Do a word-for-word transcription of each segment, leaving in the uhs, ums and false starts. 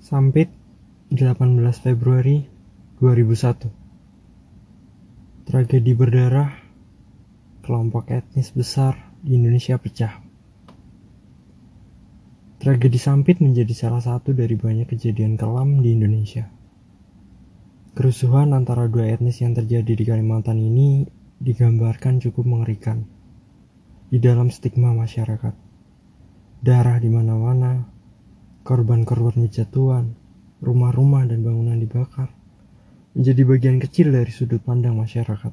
Sampit, delapan belas Februari dua ribu satu. Tragedi berdarah, kelompok etnis besar di Indonesia pecah. Tragedi Sampit menjadi salah satu dari banyak kejadian kelam di Indonesia. Kerusuhan antara dua etnis yang terjadi di Kalimantan ini digambarkan cukup mengerikan. Di dalam stigma masyarakat, darah di mana-mana, korban-korban berjatuhan, rumah-rumah dan bangunan dibakar, menjadi bagian kecil dari sudut pandang masyarakat.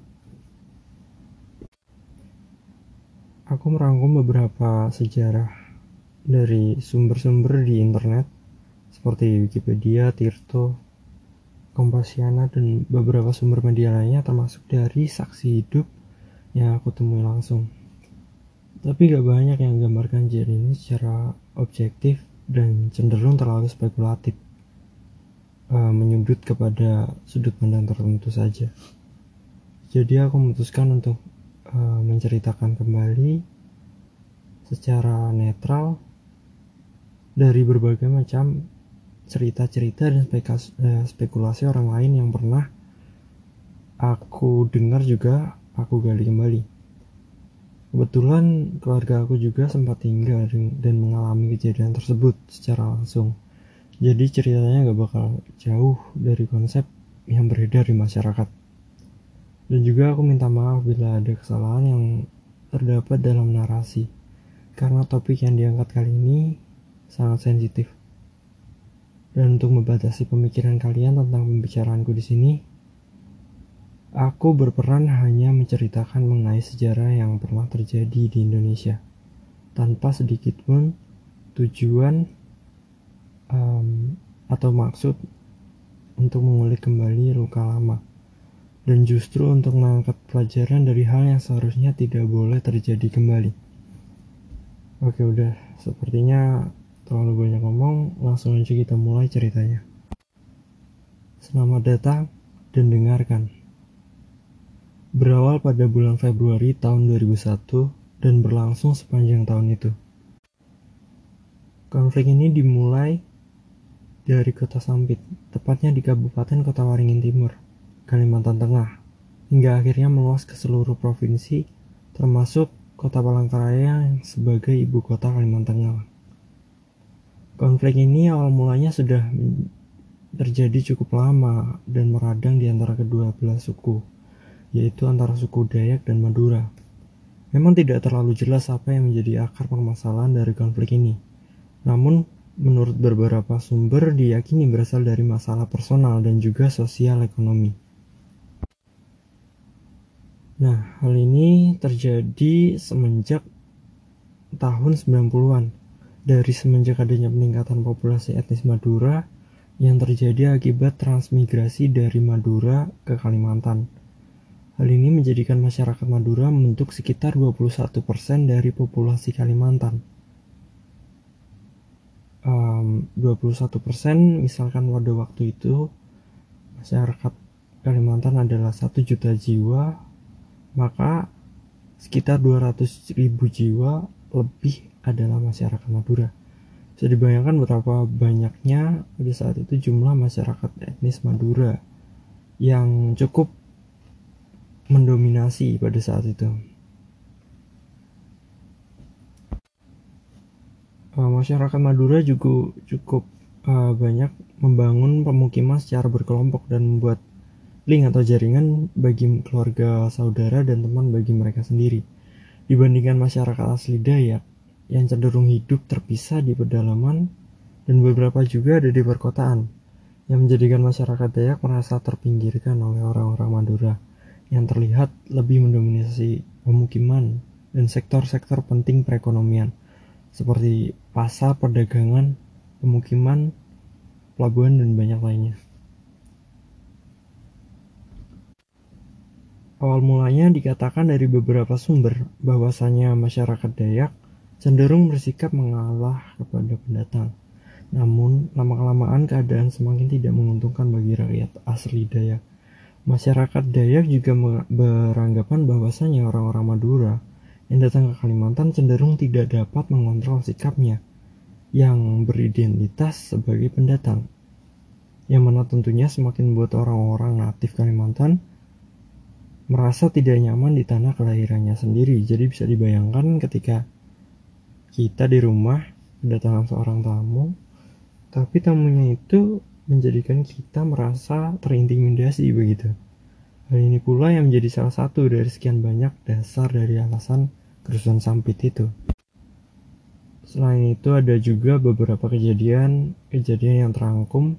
Aku merangkum beberapa sejarah dari sumber-sumber di internet seperti Wikipedia, Tirto, Kompasiana, dan beberapa sumber media lainnya, termasuk dari saksi hidup yang aku temui langsung. Tapi gak banyak yang menggambarkan kejadian ini secara objektif dan cenderung terlalu spekulatif, e, menyudut kepada sudut pandang tertentu saja. Jadi aku memutuskan untuk e, menceritakan kembali secara netral dari berbagai macam cerita-cerita dan spekulasi orang lain yang pernah aku dengar juga aku gali kembali. Kebetulan keluarga aku juga sempat tinggal dan mengalami kejadian tersebut secara langsung. Jadi ceritanya gak bakal jauh dari konsep yang beredar di masyarakat. Dan juga aku minta maaf bila ada kesalahan yang terdapat dalam narasi, karena topik yang diangkat kali ini sangat sensitif. Dan untuk membatasi pemikiran kalian tentang pembicaraanku di sini, aku berperan hanya menceritakan mengenai sejarah yang pernah terjadi di Indonesia, tanpa sedikit pun tujuan um, atau maksud untuk mengulik kembali luka lama, dan justru untuk mengangkat pelajaran dari hal yang seharusnya tidak boleh terjadi kembali. Oke, udah, sepertinya terlalu banyak ngomong, langsung aja kita mulai ceritanya. Selamat datang dan dengarkan. Berawal pada bulan Februari tahun dua ribu satu dan berlangsung sepanjang tahun itu. Konflik ini dimulai dari kota Sampit, tepatnya di Kabupaten Kota Waringin Timur, Kalimantan Tengah, hingga akhirnya meluas ke seluruh provinsi, termasuk Kota Palangkaraya yang sebagai ibu kota Kalimantan Tengah. Konflik ini awal mulanya sudah terjadi cukup lama dan meradang di antara kedua belah suku, yaitu antara suku Dayak dan Madura. Memang tidak terlalu jelas apa yang menjadi akar permasalahan dari konflik ini. Namun, menurut beberapa sumber diyakini berasal dari masalah personal dan juga sosial ekonomi. Nah, hal ini terjadi semenjak tahun sembilan puluhan, dari semenjak adanya peningkatan populasi etnis Madura yang terjadi akibat transmigrasi dari Madura ke Kalimantan. Hal ini menjadikan masyarakat Madura membentuk sekitar dua puluh satu persen dari populasi Kalimantan. Um, dua puluh satu persen misalkan pada waktu itu masyarakat Kalimantan adalah satu juta jiwa, maka sekitar dua ratus ribu jiwa lebih adalah masyarakat Madura. Bisa dibayangkan betapa banyaknya pada saat itu jumlah masyarakat etnis Madura yang cukup mendominasi pada saat itu. Uh, masyarakat Madura juga cukup uh, banyak membangun pemukiman secara berkelompok dan membuat link atau jaringan bagi keluarga, saudara, dan teman bagi mereka sendiri, dibandingkan masyarakat asli Dayak yang cenderung hidup terpisah di pedalaman dan beberapa juga ada di perkotaan, yang menjadikan masyarakat Dayak merasa terpinggirkan oleh orang-orang Madura yang terlihat lebih mendominasi pemukiman dan sektor-sektor penting perekonomian seperti pasar, perdagangan, pemukiman, pelabuhan, dan banyak lainnya. Awal mulanya dikatakan dari beberapa sumber bahwasanya masyarakat Dayak cenderung bersikap mengalah kepada pendatang. Namun, lama-kelamaan keadaan semakin tidak menguntungkan bagi rakyat asli Dayak. Masyarakat Dayak juga beranggapan bahwasanya orang-orang Madura yang datang ke Kalimantan cenderung tidak dapat mengontrol sikapnya yang beridentitas sebagai pendatang, yang mana tentunya semakin membuat orang-orang natif Kalimantan merasa tidak nyaman di tanah kelahirannya sendiri. Jadi bisa dibayangkan ketika kita di rumah kedatangan seorang tamu, tapi tamunya itu menjadikan kita merasa terintimidasi begitu. Hal ini pula yang menjadi salah satu dari sekian banyak dasar dari alasan kerusuhan Sampit itu. Selain itu ada juga beberapa kejadian kejadian yang terangkum,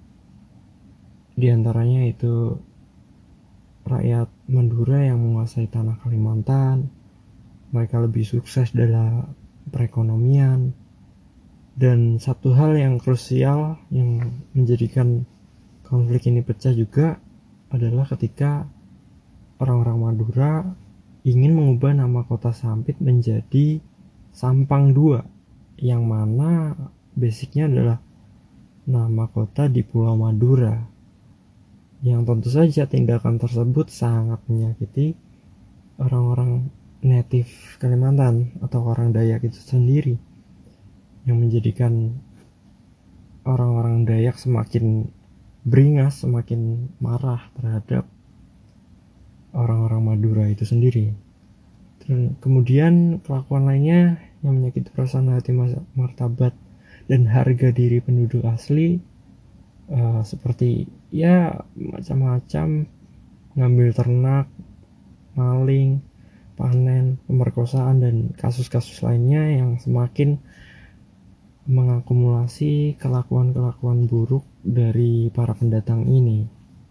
di antaranya itu rakyat Madura yang menguasai tanah Kalimantan, mereka lebih sukses dalam perekonomian, dan satu hal yang krusial yang menjadikan konflik ini pecah juga adalah ketika orang-orang Madura ingin mengubah nama kota Sampit menjadi Sampang dua, yang mana basicnya adalah nama kota di Pulau Madura, yang tentu saja tindakan tersebut sangat menyakiti orang-orang native Kalimantan atau orang Dayak itu sendiri, yang menjadikan orang-orang Dayak semakin beringas, semakin marah terhadap orang-orang Madura itu sendiri. Dan kemudian kelakuan lainnya yang menyakiti perasaan hati martabat dan harga diri penduduk asli, uh, seperti ya macam-macam, ngambil ternak, maling, panen, pemerkosaan, dan kasus-kasus lainnya yang semakin mengakumulasi kelakuan-kelakuan buruk dari para pendatang ini.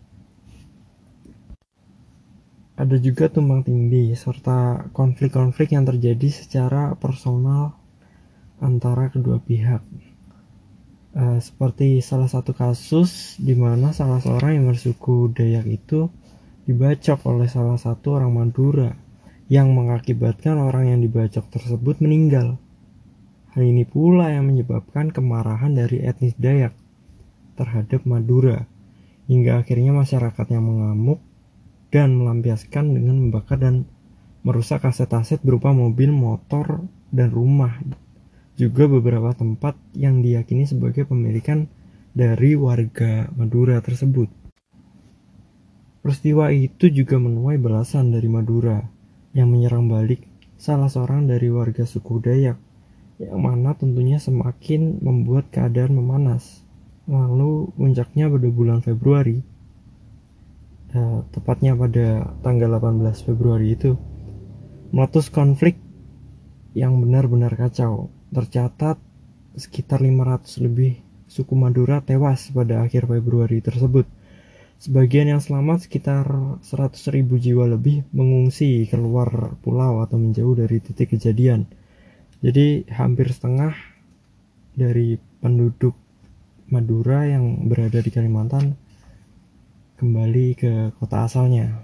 Ada juga tumpang tindih serta konflik-konflik yang terjadi secara personal antara kedua pihak. Uh, seperti salah satu kasus di mana salah seorang yang bersuku Dayak itu dibacok oleh salah satu orang Madura, yang mengakibatkan orang yang dibacok tersebut meninggal. Hal ini pula yang menyebabkan kemarahan dari etnis Dayak terhadap Madura, hingga akhirnya masyarakat yang mengamuk dan melampiaskan dengan membakar dan merusak aset-aset berupa mobil, motor, dan rumah. Juga beberapa tempat yang diyakini sebagai pemilikan dari warga Madura tersebut. Peristiwa itu juga menuai balasan dari Madura yang menyerang balik salah seorang dari warga suku Dayak, yang mana tentunya semakin membuat keadaan memanas. Lalu puncaknya pada bulan Februari, eh, tepatnya pada tanggal delapan belas Februari itu, meletus konflik yang benar-benar kacau. Tercatat sekitar lima ratus lebih suku Madura tewas pada akhir Februari tersebut. Sebagian yang selamat, sekitar seratus ribu jiwa lebih, mengungsi keluar pulau atau menjauh dari titik kejadian. Jadi hampir setengah dari penduduk Madura yang berada di Kalimantan kembali ke kota asalnya.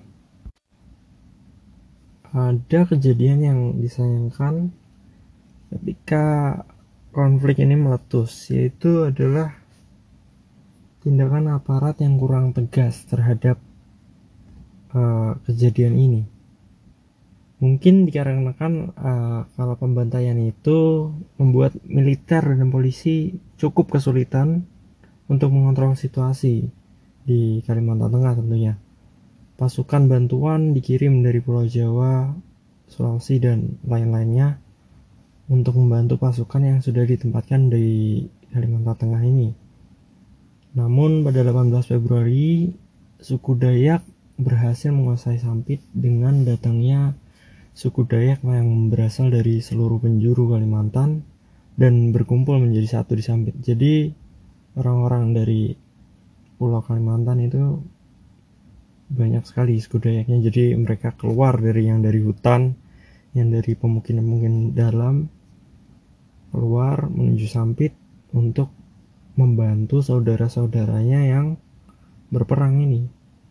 Ada kejadian yang disayangkan ketika konflik ini meletus, yaitu adalah tindakan aparat yang kurang tegas terhadap uh, kejadian ini. Mungkin dikarenakan uh, kalau pembantaian itu membuat militer dan polisi cukup kesulitan untuk mengontrol situasi di Kalimantan Tengah tentunya. Pasukan bantuan dikirim dari Pulau Jawa, Sulawesi, dan lain-lainnya untuk membantu pasukan yang sudah ditempatkan di Kalimantan Tengah ini. Namun pada delapan belas Februari, suku Dayak berhasil menguasai Sampit dengan datangnya suku Dayak yang berasal dari seluruh penjuru Kalimantan dan berkumpul menjadi satu di Sampit. Jadi orang-orang dari Pulau Kalimantan itu banyak sekali suku Dayaknya. Jadi mereka keluar dari yang dari hutan, yang dari pemukiman-pemukiman dalam, keluar menuju Sampit untuk membantu saudara-saudaranya yang berperang ini.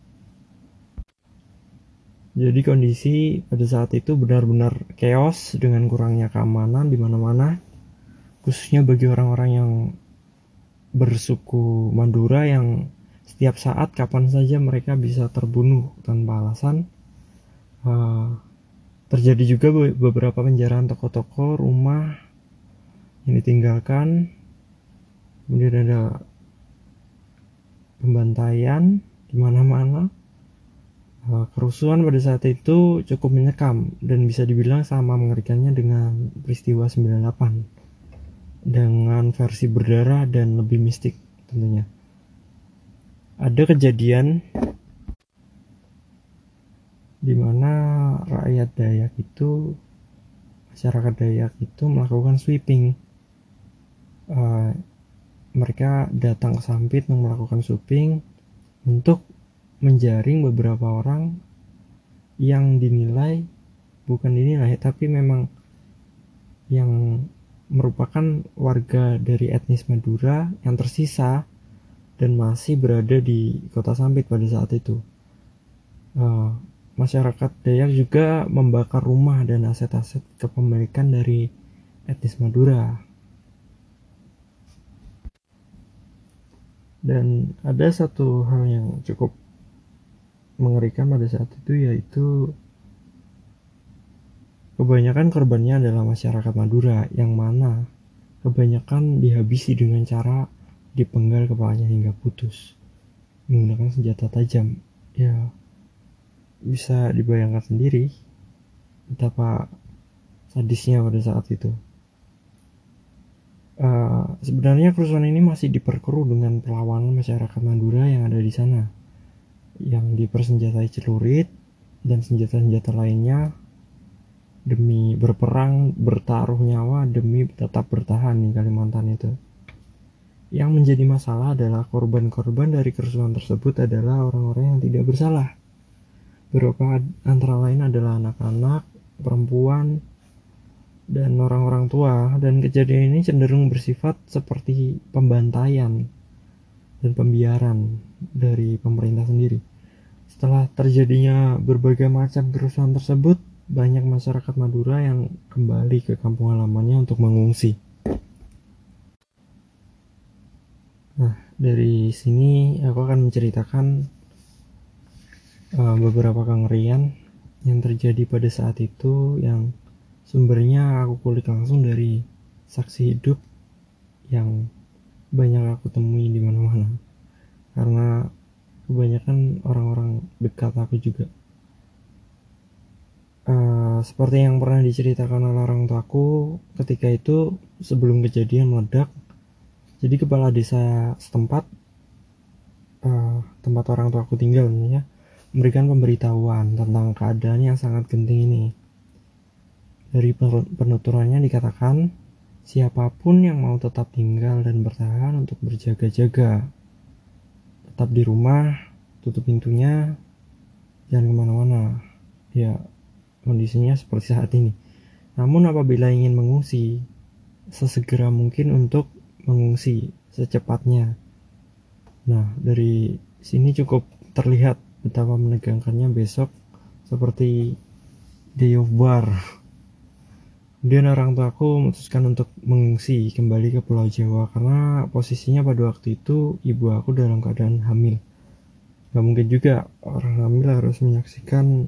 Jadi kondisi pada saat itu benar-benar chaos dengan kurangnya keamanan di mana-mana, khususnya bagi orang-orang yang bersuku Madura yang setiap saat kapan saja mereka bisa terbunuh tanpa alasan. Uh, terjadi juga beberapa penjarahan toko-toko, rumah yang ditinggalkan. Kemudian ada pembantaian di mana-mana. Kerusuhan pada saat itu cukup menyekam dan bisa dibilang sama mengerikannya dengan peristiwa sembilan puluh delapan, dengan versi berdarah dan lebih mistik tentunya. Ada kejadian di mana rakyat Dayak itu, masyarakat Dayak itu melakukan sweeping. Uh, mereka datang ke Sampit dan melakukan sweeping untuk menjaring beberapa orang yang dinilai, bukan dinilai, tapi memang yang merupakan warga dari etnis Madura yang tersisa dan masih berada di kota Sampit pada saat itu. Uh, masyarakat Dayak juga membakar rumah dan aset-aset kepemilikan dari etnis Madura. Dan ada satu hal yang cukup mengerikan pada saat itu, yaitu kebanyakan korbannya adalah masyarakat Madura, yang mana kebanyakan dihabisi dengan cara dipenggal kepalanya hingga putus menggunakan senjata tajam. Ya, bisa dibayangkan sendiri betapa sadisnya pada saat itu. Uh, sebenarnya kerusuhan ini masih diperkeruh dengan perlawanan masyarakat Madura yang ada di sana, yang dipersenjatai celurit dan senjata-senjata lainnya demi berperang, bertaruh nyawa demi tetap bertahan di Kalimantan itu. Yang menjadi masalah adalah korban-korban dari kerusuhan tersebut adalah orang-orang yang tidak bersalah. Beberapa antara lain adalah anak-anak, perempuan, dan orang-orang tua, dan kejadian ini cenderung bersifat seperti pembantaian dan pembiaran dari pemerintah sendiri. Setelah terjadinya berbagai macam kerusuhan tersebut, banyak masyarakat Madura yang kembali ke kampung halamannya untuk mengungsi. Nah, dari sini aku akan menceritakan uh, beberapa kengerian yang terjadi pada saat itu, yang sumbernya aku kulik langsung dari saksi hidup yang banyak aku temui di mana-mana, karena kebanyakan orang-orang dekat aku juga. Uh, seperti yang pernah diceritakan oleh orang tuaku ketika itu sebelum kejadian meledak. Jadi kepala desa setempat, uh, tempat orang tuaku tinggal, ya, memberikan pemberitahuan tentang keadaan yang sangat genting ini. Dari penuturannya dikatakan, siapapun yang mau tetap tinggal dan bertahan untuk berjaga-jaga, tetap di rumah, tutup pintunya, jangan kemana-mana. Ya, kondisinya seperti saat ini. Namun apabila ingin mengungsi, sesegera mungkin untuk mengungsi secepatnya. Nah, dari sini cukup terlihat betapa menegangkannya besok, seperti Day of War. Kemudian orang tuaku memutuskan untuk mengungsi kembali ke Pulau Jawa karena posisinya pada waktu itu ibu aku dalam keadaan hamil. Gak mungkin juga orang hamil harus menyaksikan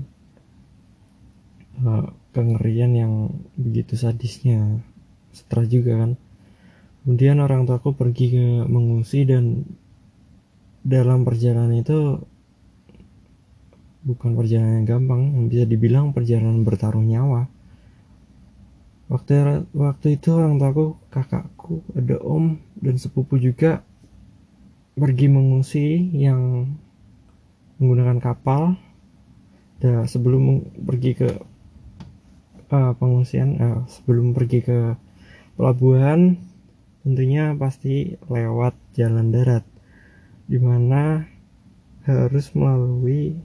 uh, kengerian yang begitu sadisnya. Setelah juga kan. Kemudian orang tuaku pergi ke mengungsi, dan dalam perjalanan itu bukan perjalanan yang gampang, bisa dibilang perjalanan bertaruh nyawa. Waktu waktu itu orang tuaku, kakakku, ada om dan sepupu juga pergi mengungsi yang menggunakan kapal. Dan sebelum pergi ke uh, pengungsian, uh, sebelum pergi ke pelabuhan, tentunya pasti lewat jalan darat, dimana harus melalui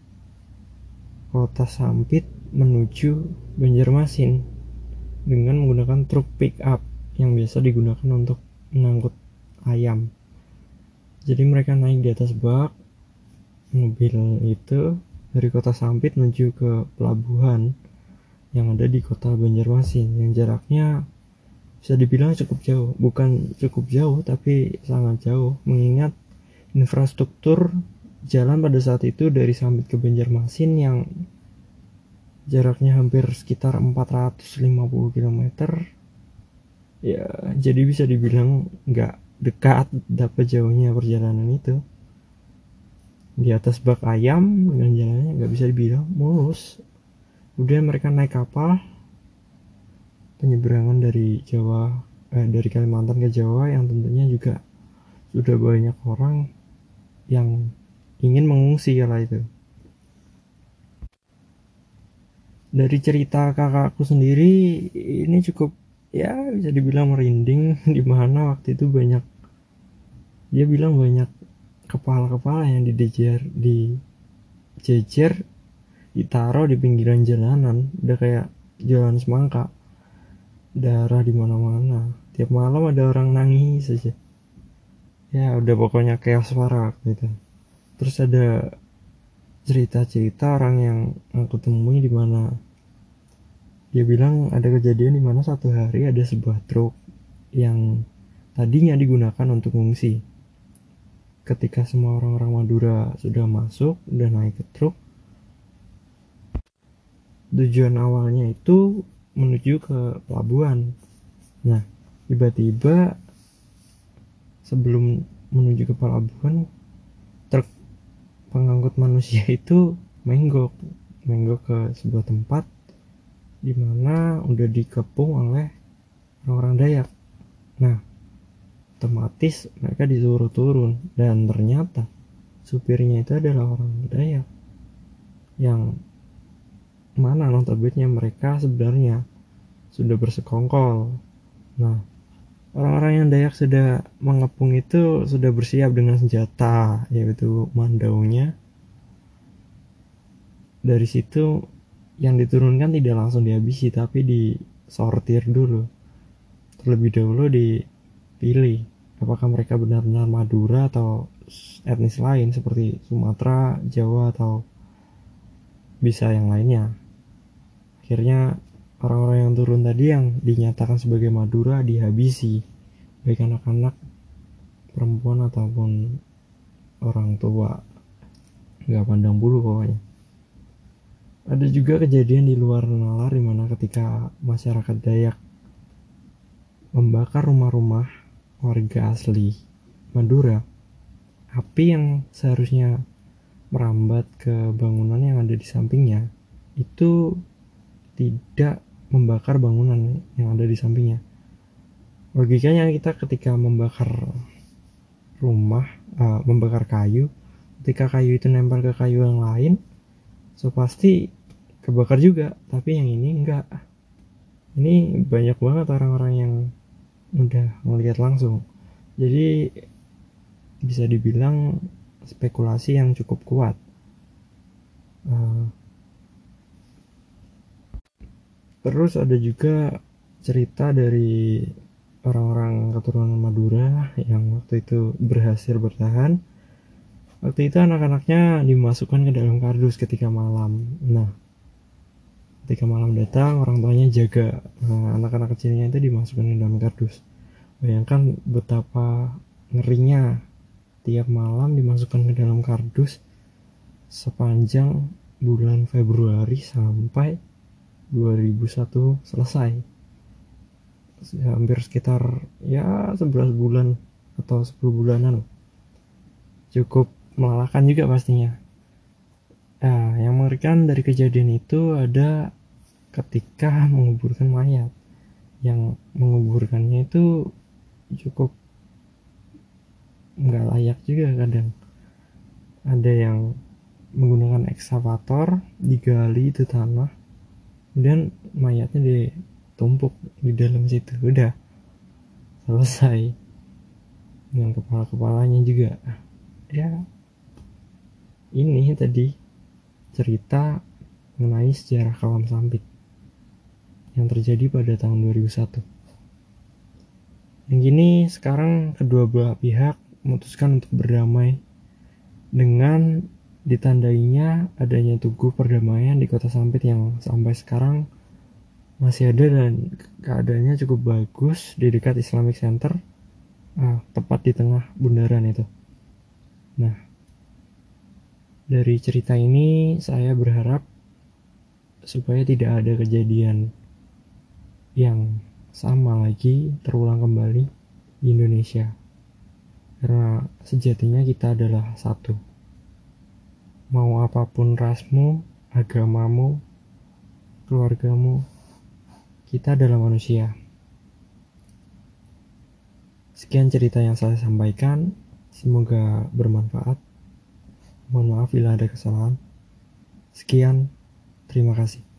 kota Sampit menuju Banjarmasin dengan menggunakan truk pick up yang biasa digunakan untuk mengangkut ayam. Jadi mereka naik di atas bak mobil itu dari kota Sampit menuju ke pelabuhan yang ada di kota Banjarmasin, yang jaraknya bisa dibilang cukup jauh. Bukan cukup jauh, tapi sangat jauh, mengingat infrastruktur jalan pada saat itu dari Sampit ke Banjarmasin yang jaraknya hampir sekitar empat ratus lima puluh kilometer. Ya, jadi bisa dibilang nggak dekat, dapat jauhnya perjalanan itu. di atas bak ayam dengan jalannya nggak bisa dibilang mulus. Kemudian mereka naik kapal penyeberangan dari Jawa eh, dari Kalimantan ke Jawa yang tentunya juga sudah banyak orang yang ingin mengungsi kala itu. Dari cerita kakakku sendiri ini cukup ya bisa dibilang merinding di mana waktu itu banyak dia bilang banyak kepala-kepala yang dijejer dijejer ditaruh di pinggiran jalanan udah kayak jalan semangka, darah di mana-mana, tiap malam ada orang nangis aja, ya udah pokoknya chaos parah gitu. Terus ada cerita-cerita orang yang aku temui di mana dia bilang ada kejadian di mana satu hari ada sebuah truk yang tadinya digunakan untuk mengungsi. Ketika semua orang-orang Madura sudah masuk, udah naik ke truk, tujuan awalnya itu menuju ke pelabuhan. Nah, tiba-tiba sebelum menuju ke pelabuhan, truk pengangkut manusia itu menggok, menggok ke sebuah tempat di mana udah dikepung oleh orang-orang Dayak. Nah, otomatis mereka disuruh turun dan ternyata supirnya itu adalah orang Dayak yang mana notabene mereka sebenarnya sudah bersekongkol. Nah, orang-orang yang Dayak sudah mengepung itu sudah bersiap dengan senjata, yaitu mandaunya. Dari situ yang diturunkan tidak langsung dihabisi, tapi disortir dulu. Terlebih dahulu dipilih apakah mereka benar-benar Madura atau etnis lain seperti Sumatera, Jawa, atau bisa yang lainnya. Akhirnya orang-orang yang turun tadi yang dinyatakan sebagai Madura dihabisi, baik anak-anak, perempuan ataupun orang tua, nggak pandang bulu pokoknya. Ada juga kejadian di luar nalar di mana ketika masyarakat Dayak membakar rumah-rumah warga asli Madura, api yang seharusnya merambat ke bangunan yang ada di sampingnya itu tidak membakar bangunan yang ada di sampingnya. Logikanya kita ketika membakar rumah, uh, membakar kayu, ketika kayu itu nempel ke kayu yang lain, so pasti kebakar juga. Tapi yang ini enggak. Ini banyak banget orang-orang yang udah melihat langsung. Jadi bisa dibilang spekulasi yang cukup kuat. Uh, terus ada juga cerita dari orang-orang keturunan Madura yang waktu itu berhasil bertahan. Waktu itu anak-anaknya dimasukkan ke dalam kardus ketika malam. Nah, ketika malam datang, orang tuanya jaga. Nah, anak-anak kecilnya itu dimasukkan ke dalam kardus. Bayangkan betapa ngerinya tiap malam dimasukkan ke dalam kardus sepanjang bulan Februari sampai dua ribu satu selesai. Hampir sekitar ya sebelas bulan atau sepuluh bulanan. Cukup melelahkan juga pastinya. Nah, yang mengerikan dari kejadian itu ada ketika menguburkan mayat. Yang menguburkannya itu cukup nggak layak juga kadang. Ada yang menggunakan ekskavator digali itu tanah, kemudian mayatnya ditumpuk di dalam situ, udah selesai dengan kepala-kepalanya juga. Ya, ini tadi cerita mengenai sejarah Kawam Sampit yang terjadi pada tahun dua ribu satu. Yang gini sekarang kedua belah pihak memutuskan untuk berdamai dengan ditandainya adanya tugu perdamaian di Kota Sampit yang sampai sekarang masih ada dan keadaannya cukup bagus di dekat Islamic Center, ah, tepat di tengah bundaran itu. Nah, dari cerita ini saya berharap supaya tidak ada kejadian yang sama lagi terulang kembali di Indonesia, karena sejatinya kita adalah satu. Mau apapun rasmu, agamamu, keluargamu, kita adalah manusia. Sekian cerita yang saya sampaikan, semoga bermanfaat. Mohon maaf bila ada kesalahan. Sekian, terima kasih.